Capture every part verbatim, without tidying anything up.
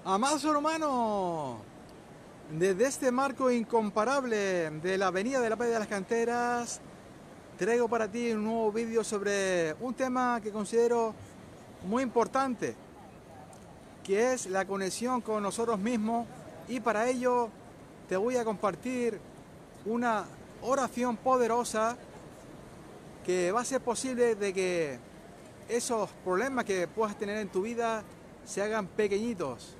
Amado ser humano, desde este marco incomparable de la Avenida de la Paz de las Canteras, traigo para ti un nuevo vídeo sobre un tema que considero muy importante, que es la conexión con nosotros mismos, y para ello te voy a compartir una oración poderosa que va a ser posible de que esos problemas que puedas tener en tu vida se hagan pequeñitos.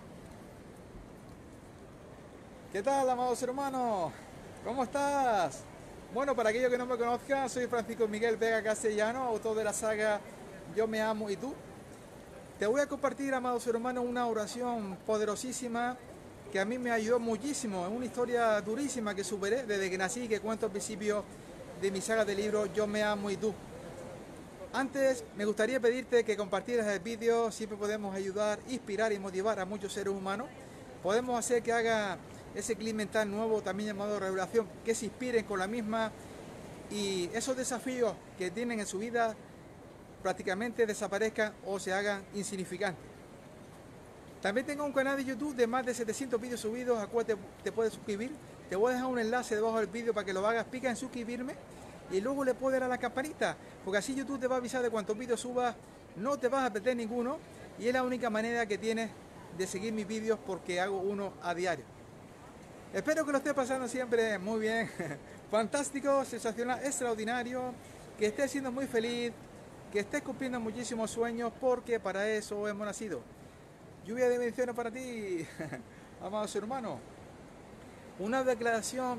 ¿Qué tal, amado ser humano? ¿Cómo estás? Bueno, para aquellos que no me conozcan, soy Francisco Miguel Vega Castellano, autor de la saga Yo me amo y tú. Te voy a compartir, amado ser humano, una oración poderosísima que a mí me ayudó muchísimo. Es una historia durísima que superé desde que nací y que cuento al principio de mi saga de libros Yo me amo y tú. Antes, me gustaría pedirte que compartieras el vídeo. Siempre podemos ayudar, inspirar y motivar a muchos seres humanos. Podemos hacer que haga ese clic mental nuevo, también llamado revelación, que se inspiren con la misma y esos desafíos que tienen en su vida prácticamente desaparezcan o se hagan insignificantes. También tengo un canal de YouTube de más de setecientos vídeos subidos a cual te, te puedes suscribir. Te voy a dejar un enlace debajo del vídeo para que lo hagas. Pica en suscribirme y luego le puedes dar a la campanita, porque así YouTube te va a avisar de cuántos vídeos subas. No te vas a perder ninguno y es la única manera que tienes de seguir mis vídeos, porque hago uno a diario. Espero que lo estés pasando siempre muy bien, fantástico, sensacional, extraordinario, que estés siendo muy feliz, que estés cumpliendo muchísimos sueños, porque para eso hemos nacido. Lluvia de bendiciones para ti, amado ser humano. Una declaración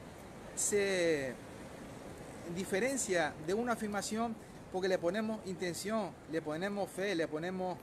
se diferencia de una afirmación porque le ponemos intención, le ponemos fe, le ponemos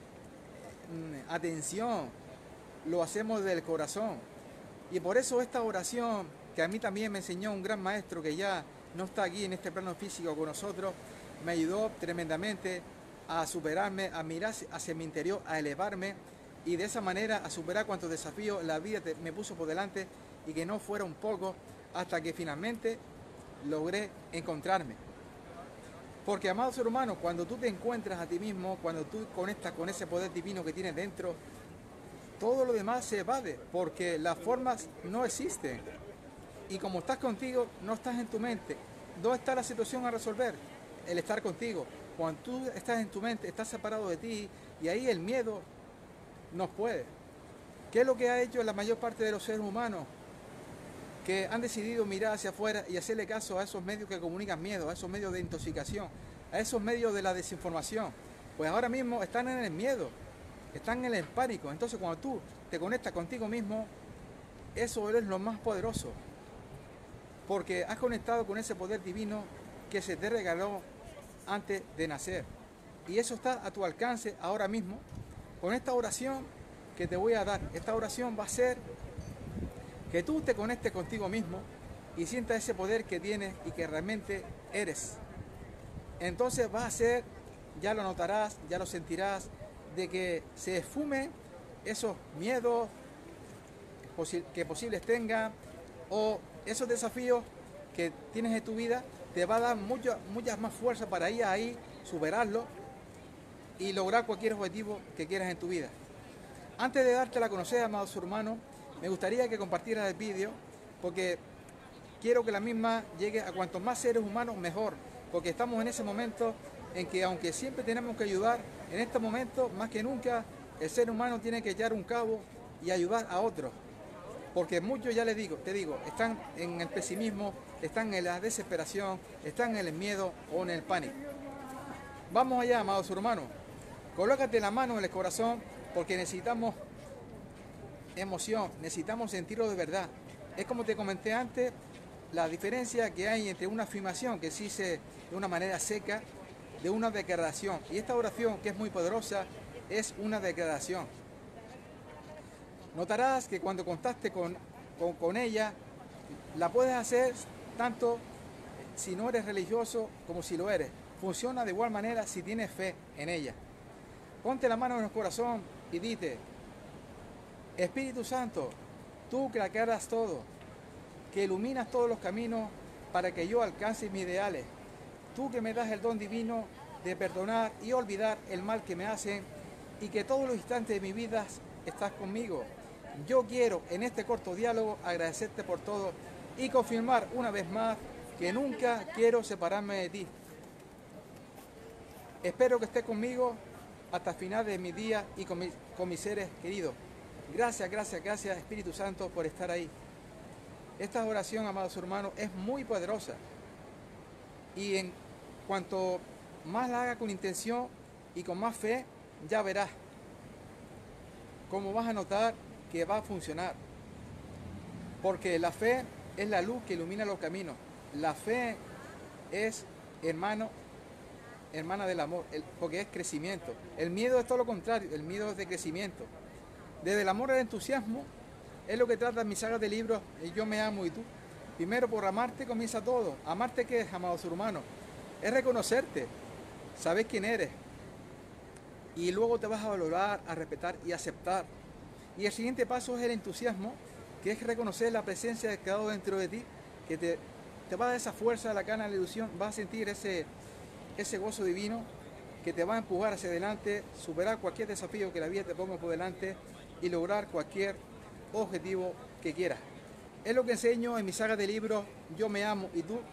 mmm, atención, lo hacemos del corazón. Y por eso esta oración, que a mí también me enseñó un gran maestro que ya no está aquí en este plano físico con nosotros, me ayudó tremendamente a superarme, a mirar hacia mi interior, a elevarme y de esa manera a superar cuantos desafíos la vida me puso por delante, y que no fuera un poco, hasta que finalmente logré encontrarme. Porque, amado ser humano, cuando tú te encuentras a ti mismo, cuando tú conectas con ese poder divino que tienes dentro, todo lo demás se evade, porque las formas no existen. Y como estás contigo, no estás en tu mente. ¿Dónde está la situación a resolver? El estar contigo. Cuando tú estás en tu mente, estás separado de ti, y ahí el miedo nos puede. ¿Qué es lo que ha hecho la mayor parte de los seres humanos? Que han decidido mirar hacia afuera y hacerle caso a esos medios que comunican miedo, a esos medios de intoxicación, a esos medios de la desinformación. Pues ahora mismo están en el miedo, están en el pánico. Entonces, cuando tú te conectas contigo mismo, eso es lo más poderoso, porque has conectado con ese poder divino que se te regaló antes de nacer, y eso está a tu alcance ahora mismo con esta oración que te voy a dar. Esta oración va a ser que tú te conectes contigo mismo y sientas ese poder que tienes y que realmente eres. Entonces va a ser, ya lo notarás, ya lo sentirás, de que se esfumen esos miedos que posibles tengan, o esos desafíos que tienes en tu vida. Te va a dar mucho, muchas más fuerza para ir ahí, superarlo y lograr cualquier objetivo que quieras en tu vida. Antes de dártela a conocer, amado ser humano, me gustaría que compartieras el vídeo, porque quiero que la misma llegue a cuantos más seres humanos mejor, porque estamos en ese momento en que, aunque siempre tenemos que ayudar, en este momento más que nunca el ser humano tiene que echar un cabo y ayudar a otros, porque muchos, ya les digo, te digo, están en el pesimismo, están en la desesperación, están en el miedo o en el pánico. Vamos allá, amado ser humano, colócate la mano en el corazón, porque necesitamos emoción, necesitamos sentirlo de verdad. Es como te comenté antes, la diferencia que hay entre una afirmación que se dice de una manera seca, de una declaración. Y esta oración, que es muy poderosa, es una declaración. Notarás que cuando contactes con, con, con ella, la puedes hacer tanto si no eres religioso como si lo eres. Funciona de igual manera si tienes fe en ella. Ponte la mano en el corazón y dite: Espíritu Santo, tú que aclaras todo, que iluminas todos los caminos para que yo alcance mis ideales, tú que me das el don divino de perdonar y olvidar el mal que me hacen, y que todos los instantes de mi vida estás conmigo. Yo quiero en este corto diálogo agradecerte por todo y confirmar una vez más que nunca quiero separarme de ti. Espero que estés conmigo hasta el final de mi día y con, mi, con mis seres queridos. Gracias, gracias, gracias Espíritu Santo por estar ahí. Esta oración, amados hermanos, es muy poderosa. Y en cuanto más la haga con intención y con más fe, ya verás cómo vas a notar que va a funcionar. Porque la fe es la luz que ilumina los caminos. La fe es, hermano, hermana del amor, el, porque es crecimiento. El miedo es todo lo contrario, el miedo es de crecimiento. Desde el amor al entusiasmo es lo que trata mi saga de libros Yo me amo y tú. Primero, por amarte comienza todo. Amarte, ¿qué es, amados hermanos? Es reconocerte, saber quién eres. Y luego te vas a valorar, a respetar y aceptar. Y el siguiente paso es el entusiasmo, que es reconocer la presencia del Creador dentro de ti, que te, te va a dar esa fuerza, la gana, la ilusión, vas a sentir ese, ese gozo divino que te va a empujar hacia adelante, superar cualquier desafío que la vida te ponga por delante y lograr cualquier objetivo que quieras. Es lo que enseño en mi saga de libros Yo me amo y tú,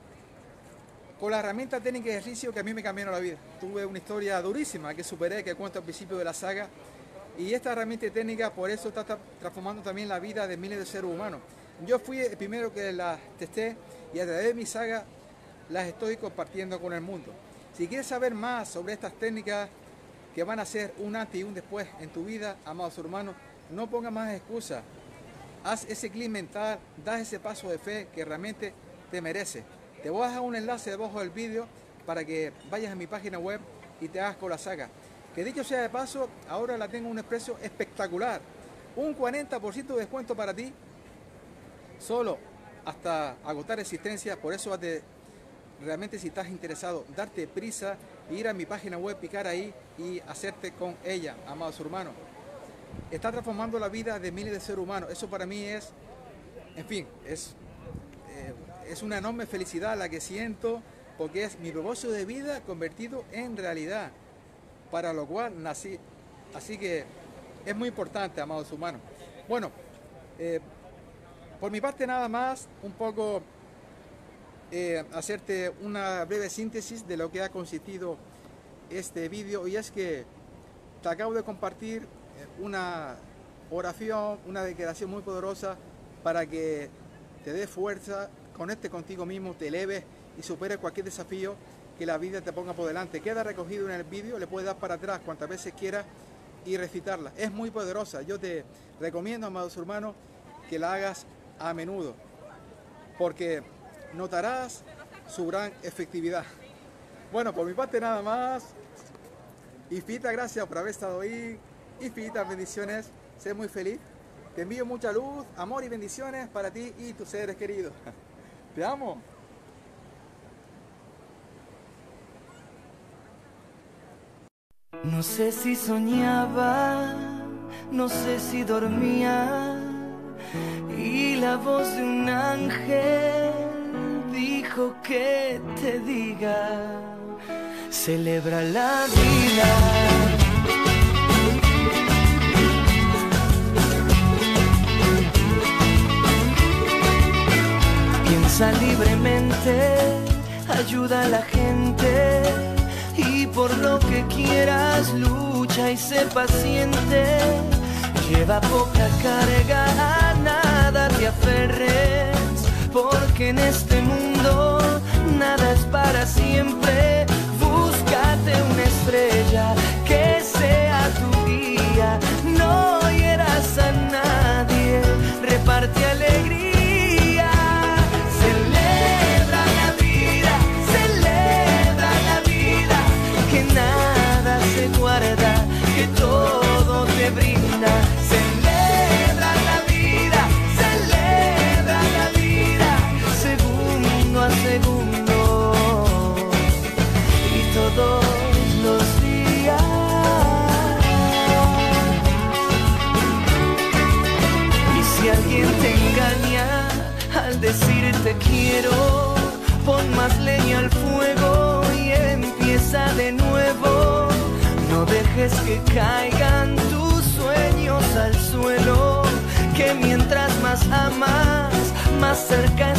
con la herramienta técnica de ejercicio que a mí me cambiaron la vida. Tuve una historia durísima que superé, que cuento al principio de la saga, y esta herramienta técnica por eso está transformando también la vida de miles de seres humanos. Yo fui el primero que las testé y a través de mi saga las estoy compartiendo con el mundo. Si quieres saber más sobre estas técnicas que van a ser un antes y un después en tu vida, amados hermanos, no pongas más excusas. Haz ese clic mental, da ese paso de fe que realmente te merece. Te voy a dejar un enlace debajo del vídeo para que vayas a mi página web y te hagas con la saga. Que dicho sea de paso, ahora la tengo a un precio espectacular. Un cuarenta por ciento de descuento para ti, solo hasta agotar existencia. Por eso de, realmente si estás interesado, darte prisa, ir a mi página web, picar ahí y hacerte con ella, amados hermanos. Está transformando la vida de miles de seres humanos. Eso para mí es, en fin, es, eh, es una enorme felicidad la que siento, porque es mi propósito de vida convertido en realidad, para lo cual nací. Así que es muy importante, amados humanos. Bueno, eh, por mi parte nada más, un poco eh, hacerte una breve síntesis de lo que ha consistido este vídeo, y es que te acabo de compartir una oración, una declaración muy poderosa para que te dé fuerza, conecte contigo mismo, te eleves y superes cualquier desafío que la vida te ponga por delante. Queda recogido en el vídeo, le puedes dar para atrás cuantas veces quieras y recitarla. Es muy poderosa. Yo te recomiendo, amados hermanos, que la hagas a menudo, porque notarás su gran efectividad. Bueno, por mi parte nada más. Infinitas gracias por haber estado ahí. Infinitas bendiciones. Sé muy feliz. Te envío mucha luz, amor y bendiciones para ti y tus seres queridos. Te amo. No sé si soñaba, no sé si dormía, y la voz de un ángel dijo que te diga, celebra la vida. Piensa libremente, ayuda a la gente, y por lo que quieras lucha y sé paciente. Lleva poca carga, a nada te aferres, porque en este mundo nada es para siempre. Búscate una estrella que sea tu guía, no hieras a nadie, reparte alegría. Que todo te brinda, celebra la vida, celebra la vida, segundo a segundo y todos los días. Y si alguien te engaña al decirte quiero, pon más leña al fuego y empieza de nuevo. No dejes que caigan tus sueños más, más cerca